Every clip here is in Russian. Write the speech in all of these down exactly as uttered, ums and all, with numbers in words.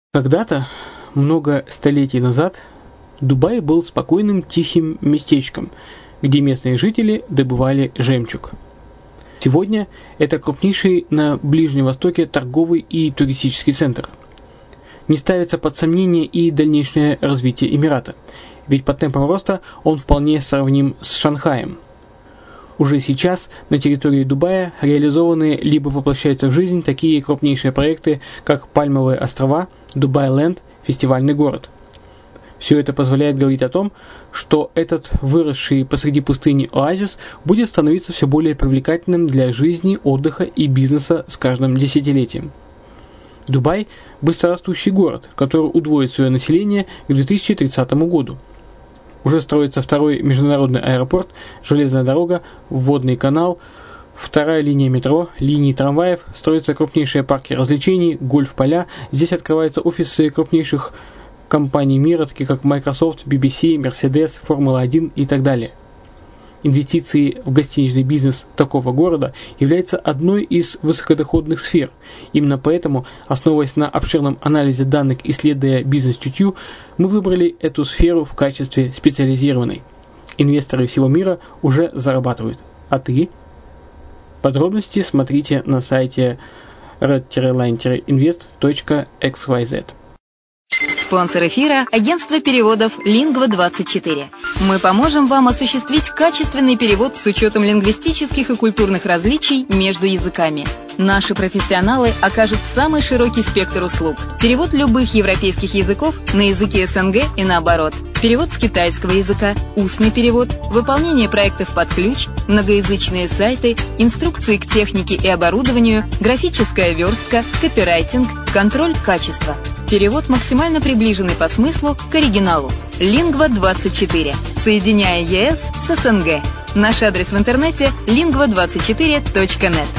Когда-то, много столетий назад, Дубай был спокойным тихим местечком, где местные жители добывали жемчуг. Сегодня это крупнейший на Ближнем Востоке торговый и туристический центр. Не ставится под сомнение и дальнейшее развитие Эмирата, ведь по темпам роста он вполне сравним с Шанхаем. Уже сейчас на территории Дубая реализованы либо воплощаются в жизнь такие крупнейшие проекты, как Пальмовые острова, Дубай-Ленд, фестивальный город. Все это позволяет говорить о том, что этот выросший посреди пустыни оазис будет становиться все более привлекательным для жизни, отдыха и бизнеса с каждым десятилетием. Дубай – быстрорастущий город, который удвоит свое население к две тысячи тридцатому году. Уже строится второй международный аэропорт, железная дорога, водный канал, вторая линия метро, линии трамваев, строятся крупнейшие парки развлечений, гольф-поля. Здесь открываются офисы крупнейших компаний мира, таких как Microsoft, би би си, Mercedes, Формула один и так далее. Инвестиции в гостиничный бизнес такого города являются одной из высокодоходных сфер. Именно поэтому, основываясь на обширном анализе данных, исследуя бизнес-чутью, мы выбрали эту сферу в качестве специализированной. Инвесторы всего мира уже зарабатывают. А ты? Подробности смотрите на сайте red line invest точка экс вай зет. Спонсор эфира – агентство переводов лингва двадцать четыре. Мы поможем вам осуществить качественный перевод с учетом лингвистических и культурных различий между языками. Наши профессионалы окажут самый широкий спектр услуг. Перевод любых европейских языков на языки эс эн гэ и наоборот. Перевод с китайского языка, устный перевод, выполнение проектов под ключ, многоязычные сайты, инструкции к технике и оборудованию, графическая верстка, копирайтинг, контроль качества. Перевод максимально приближенный по смыслу к оригиналу. лингва двадцать четыре. Соединяя е эс с эс эн гэ. Наш адрес в интернете – лингва двадцать четыре точка нет.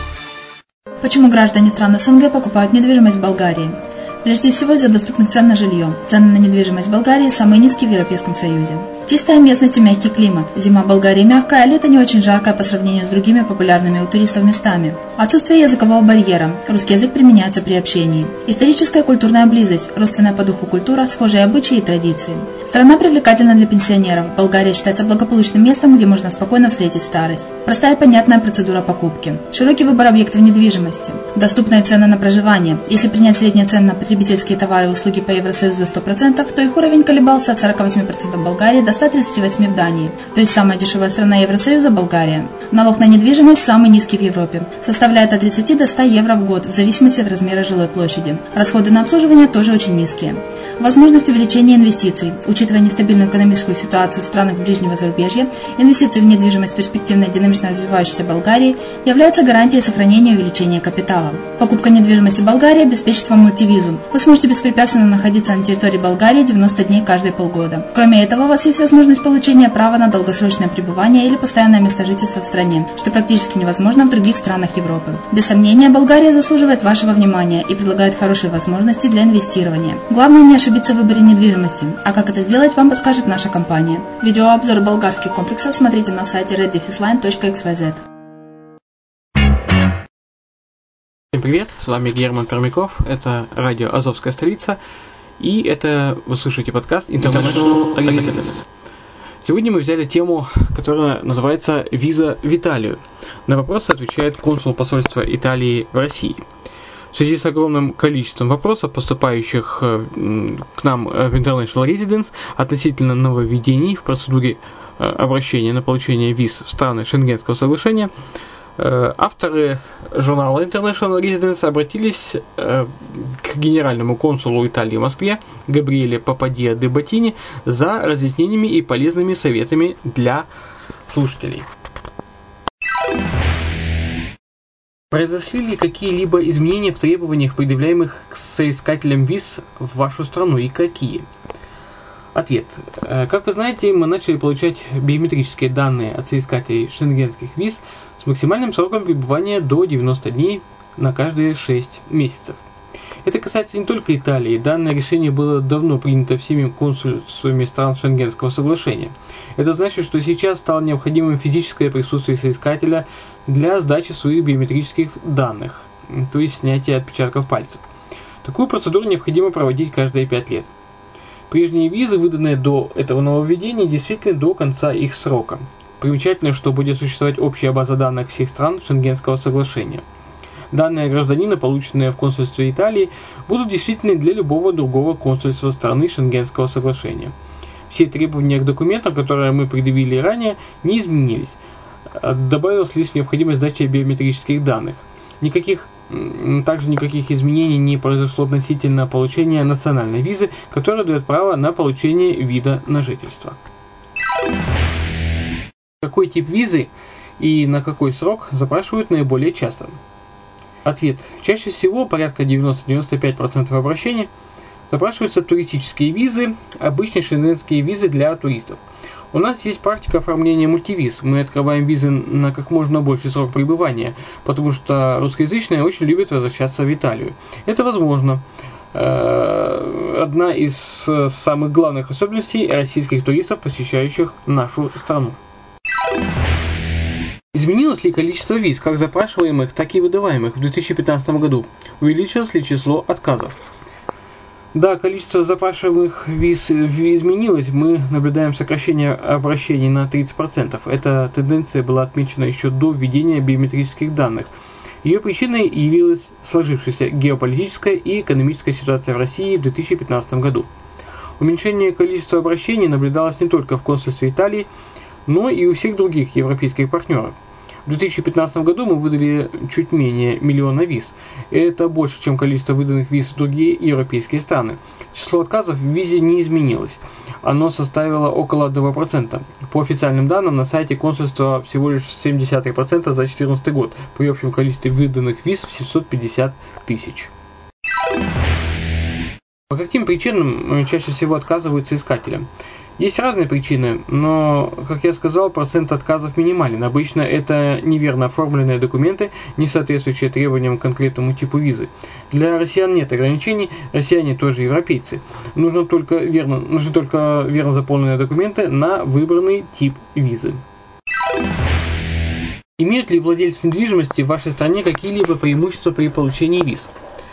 Почему граждане стран эс эн гэ покупают недвижимость в Болгарии? Прежде всего из-за доступных цен на жилье. Цены на недвижимость в Болгарии самые низкие в Европейском Союзе. Чистая местность и мягкий климат. Зима в Болгарии мягкая, а лето не очень жаркое по сравнению с другими популярными у туристов местами. Отсутствие языкового барьера. Русский язык применяется при общении. Историческая и культурная близость. Родственная по духу культура, схожие обычаи и традиции. Страна привлекательна для пенсионеров. Болгария считается благополучным местом, где можно спокойно встретить старость. Простая и понятная процедура покупки. Широкий выбор объектов недвижимости. Доступные цены на проживание. Если принять средние цены на потребительские товары и услуги по Евросоюзу за сто процентов, то их уровень колебался от сорок восемь процентов в Болгарии до ста тридцати восьми процентов в Дании. То есть самая дешевая страна Евросоюза – Болгария. Налог на недвижимость самый низкий в Европе. Составляет от тридцати до ста евро в год, в зависимости от размера жилой площади. Расходы на обслуживание тоже очень низкие. Возможность увеличения инвестиций. Учитывая нестабильную экономическую ситуацию в странах ближнего зарубежья, инвестиции в недвижимость перспективной и динамично развивающейся Болгарии являются гарантией сохранения и увеличения капитала. Покупка недвижимости в Болгарии обеспечит вам мультивизу. Вы сможете беспрепятственно находиться на территории Болгарии девяносто дней каждые полгода. Кроме этого, у вас есть возможность получения права на долгосрочное пребывание или постоянное место жительства в стране, что практически невозможно в других странах Европы. Без сомнения, Болгария заслуживает вашего внимания и предлагает хорошие возможности для инвестирования. Главное не ошибиться в выборе недвижимости, а как это сделать, вам подскажет наша компания. Видеообзор болгарских комплексов смотрите на сайте red line точка экс вай зет. Всем привет, с вами Герман Пермяков, это радио «Азовская столица», и это вы слушаете подкаст International Residence. Сегодня мы взяли тему, которая называется «Виза в Италию». На вопросы отвечает консул посольства Италии в России. В связи с огромным количеством вопросов, поступающих к нам в International Residence относительно нововведений в процедуре обращения на получение виз в страны Шенгенского соглашения, авторы журнала International Residence обратились к генеральному консулу Италии в Москве Габриэле Пападиа де Ботини за разъяснениями и полезными советами для слушателей. Произошли ли какие-либо изменения в требованиях, предъявляемых к соискателям виз в вашу страну, и какие? Ответ. Как вы знаете, мы начали получать биометрические данные от соискателей шенгенских виз с максимальным сроком пребывания до девяноста дней на каждые шесть месяцев. Это касается не только Италии. Данное решение было давно принято всеми консульствами стран Шенгенского соглашения. Это значит, что сейчас стало необходимым физическое присутствие соискателя для сдачи своих биометрических данных, то есть снятия отпечатков пальцев. Такую процедуру необходимо проводить каждые пять лет. Прежние визы, выданные до этого нововведения, действительно до конца их срока. Примечательно, что будет существовать общая база данных всех стран Шенгенского соглашения. Данные гражданина, полученные в консульстве Италии, будут действительны для любого другого консульства страны Шенгенского соглашения. Все требования к документам, которые мы предъявили ранее, не изменились. Добавилась лишь необходимость сдачи биометрических данных. Никаких, также никаких изменений не произошло относительно получения национальной визы, которая дает право на получение вида на жительство. Какой тип визы и на какой срок запрашивают наиболее часто? Ответ. Чаще всего, порядка девяносто-девяносто пять процентов обращений, запрашиваются туристические визы, обычные шенгенские визы для туристов. У нас есть практика оформления мультивиз. Мы открываем визы на как можно больший срок пребывания, потому что русскоязычные очень любят возвращаться в Италию. Это возможно. Одна из самых главных особенностей российских туристов, посещающих нашу страну. Изменилось ли количество виз, как запрашиваемых, так и выдаваемых в две тысячи пятнадцатом году? Увеличилось ли число отказов? Да, количество запрашиваемых виз изменилось. Мы наблюдаем сокращение обращений на тридцать процентов. Эта тенденция была отмечена еще до введения биометрических данных. Ее причиной явилась сложившаяся геополитическая и экономическая ситуация в России в две тысячи пятнадцатом году. Уменьшение количества обращений наблюдалось не только в консульстве Италии, но и у всех других европейских партнеров. В две тысячи пятнадцатом году мы выдали чуть менее миллиона виз. Это больше, чем количество выданных виз в другие европейские страны. Число отказов в визе не изменилось. Оно составило около одного процента. По официальным данным, на сайте консульства всего лишь семь десятых процента за две тысячи четырнадцатый год, при общем количестве выданных виз в семьсот пятьдесят тысяч. По каким причинам чаще всего отказываются искателям? Есть разные причины, но, как я сказал, процент отказов минимален. Обычно это неверно оформленные документы, не соответствующие требованиям к конкретному типу визы. Для россиян нет ограничений, россияне тоже европейцы. Нужно только верно, нужны только верно заполненные документы на выбранный тип визы. Имеют ли владельцы недвижимости в вашей стране какие-либо преимущества при получении виз?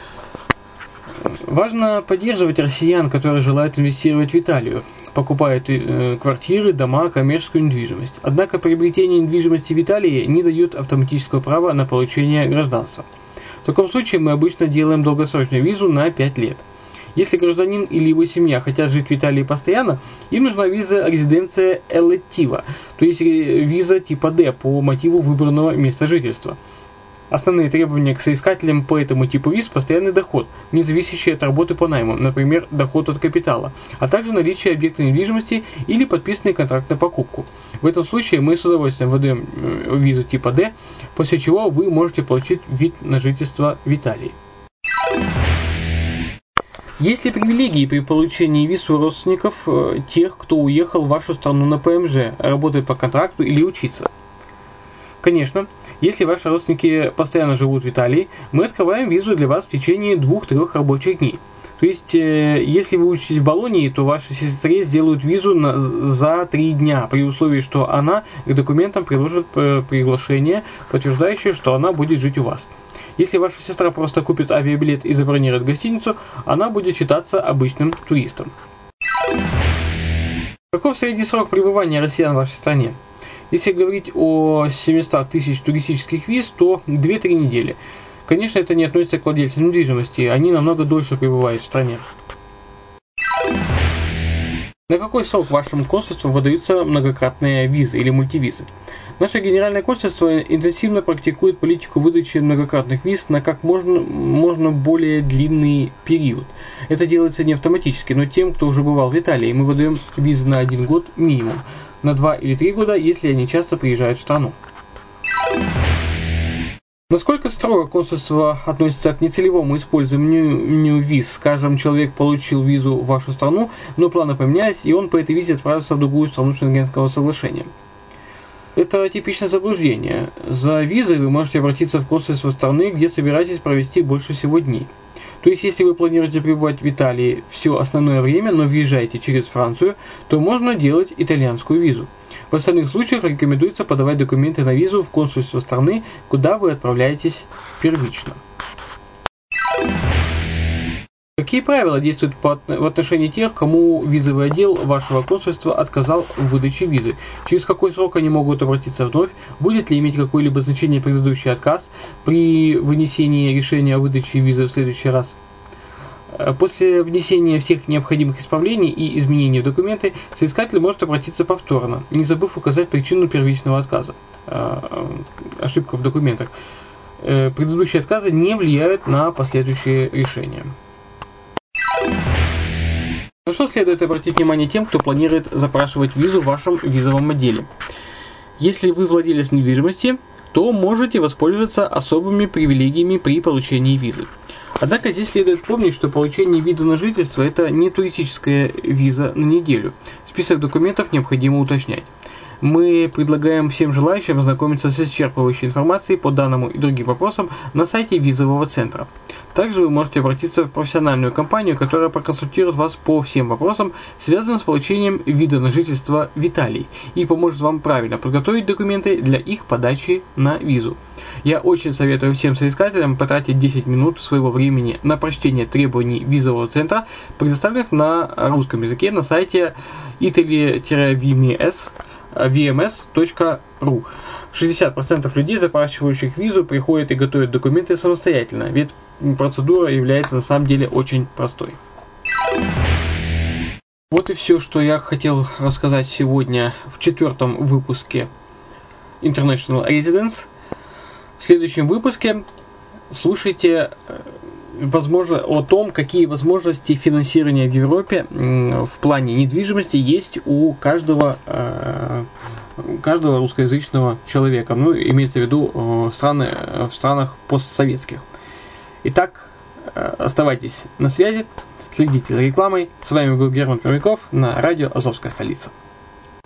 Важно поддерживать россиян, которые желают инвестировать в Италию, покупают э, квартиры, дома, коммерческую недвижимость. Однако приобретение недвижимости в Италии не дает автоматического права на получение гражданства. В таком случае мы обычно делаем долгосрочную визу на пять лет. Если гражданин или его семья хотят жить в Италии постоянно, им нужна виза резиденция электива, то есть виза типа D по мотиву выбранного места жительства. Основные требования к соискателям по этому типу виз – постоянный доход, не зависящий от работы по найму, например, доход от капитала, а также наличие объекта недвижимости или подписанный контракт на покупку. В этом случае мы с удовольствием выдаем визу типа D, после чего вы можете получить вид на жительство в Италии. Есть ли привилегии при получении виз у родственников тех, кто уехал в вашу страну на ПМЖ, работает по контракту или учиться? Конечно, если ваши родственники постоянно живут в Италии, мы открываем визу для вас в течение двух-трех рабочих дней. То есть, э, если вы учитесь в Болонии, то вашей сестре сделают визу на, за три дня, при условии, что она к документам приложит э, приглашение, подтверждающее, что она будет жить у вас. Если ваша сестра просто купит авиабилет и забронирует гостиницу, она будет считаться обычным туристом. Каков средний срок пребывания россиян в вашей стране? Если говорить о семистах тысяч туристических виз, то две-три недели. Конечно, это не относится к владельцам недвижимости, они намного дольше пребывают в стране. На какой срок вашему консульству выдаются многократные визы или мультивизы? Наше генеральное консульство интенсивно практикует политику выдачи многократных виз на как можно, можно более длинный период. Это делается не автоматически, но тем, кто уже бывал в Италии, мы выдаем визы на один год минимум, на два или три года, если они часто приезжают в страну. Насколько строго консульство относится к нецелевому использованию виз? Скажем, человек получил визу в вашу страну, но планы поменялись, и он по этой визе отправился в другую страну Шенгенского соглашения. Это типичное заблуждение. За визой вы можете обратиться в консульство страны, где собираетесь провести больше всего дней. То есть, если вы планируете пребывать в Италии все основное время, но въезжаете через Францию, то можно делать итальянскую визу. В остальных случаях рекомендуется подавать документы на визу в консульство страны, куда вы отправляетесь первично. Какие правила действуют по, в отношении тех, кому визовый отдел вашего консульства отказал в выдаче визы? Через какой срок они могут обратиться вновь? Будет ли иметь какое-либо значение предыдущий отказ при вынесении решения о выдаче визы в следующий раз? После внесения всех необходимых исправлений и изменений в документы, соискатель может обратиться повторно, не забыв указать причину первичного отказа. Ошибка в документах. Предыдущие отказы не влияют на последующие решения. На что следует обратить внимание тем, кто планирует запрашивать визу в вашем визовом отделе? Если вы владелец недвижимости, то можете воспользоваться особыми привилегиями при получении визы. Однако здесь следует помнить, что получение вида на жительство – это не туристическая виза на неделю. Список документов необходимо уточнять. Мы предлагаем всем желающим ознакомиться с исчерпывающей информацией по данному и другим вопросам на сайте визового центра. Также вы можете обратиться в профессиональную компанию, которая проконсультирует вас по всем вопросам, связанным с получением вида на жительство в Италии, и поможет вам правильно подготовить документы для их подачи на визу. Я очень советую всем соискателям потратить десять минут своего времени на прочтение требований визового центра, предоставленных на русском языке на сайте italy-ви эм эс точка ру. шестьдесят процентов людей, запрашивающих визу, приходят и готовят документы самостоятельно, ведь процедура является на самом деле очень простой. Вот и все, что я хотел рассказать сегодня в четвертом выпуске International Residence. В следующем выпуске слушайте возможно, о том, какие возможности финансирования в Европе в плане недвижимости есть у каждого, каждого русскоязычного человека. Ну, имеется в виду страны, в странах постсоветских. Итак, оставайтесь на связи, следите за рекламой. С вами был Герман Пермяков на радио «Азовская столица».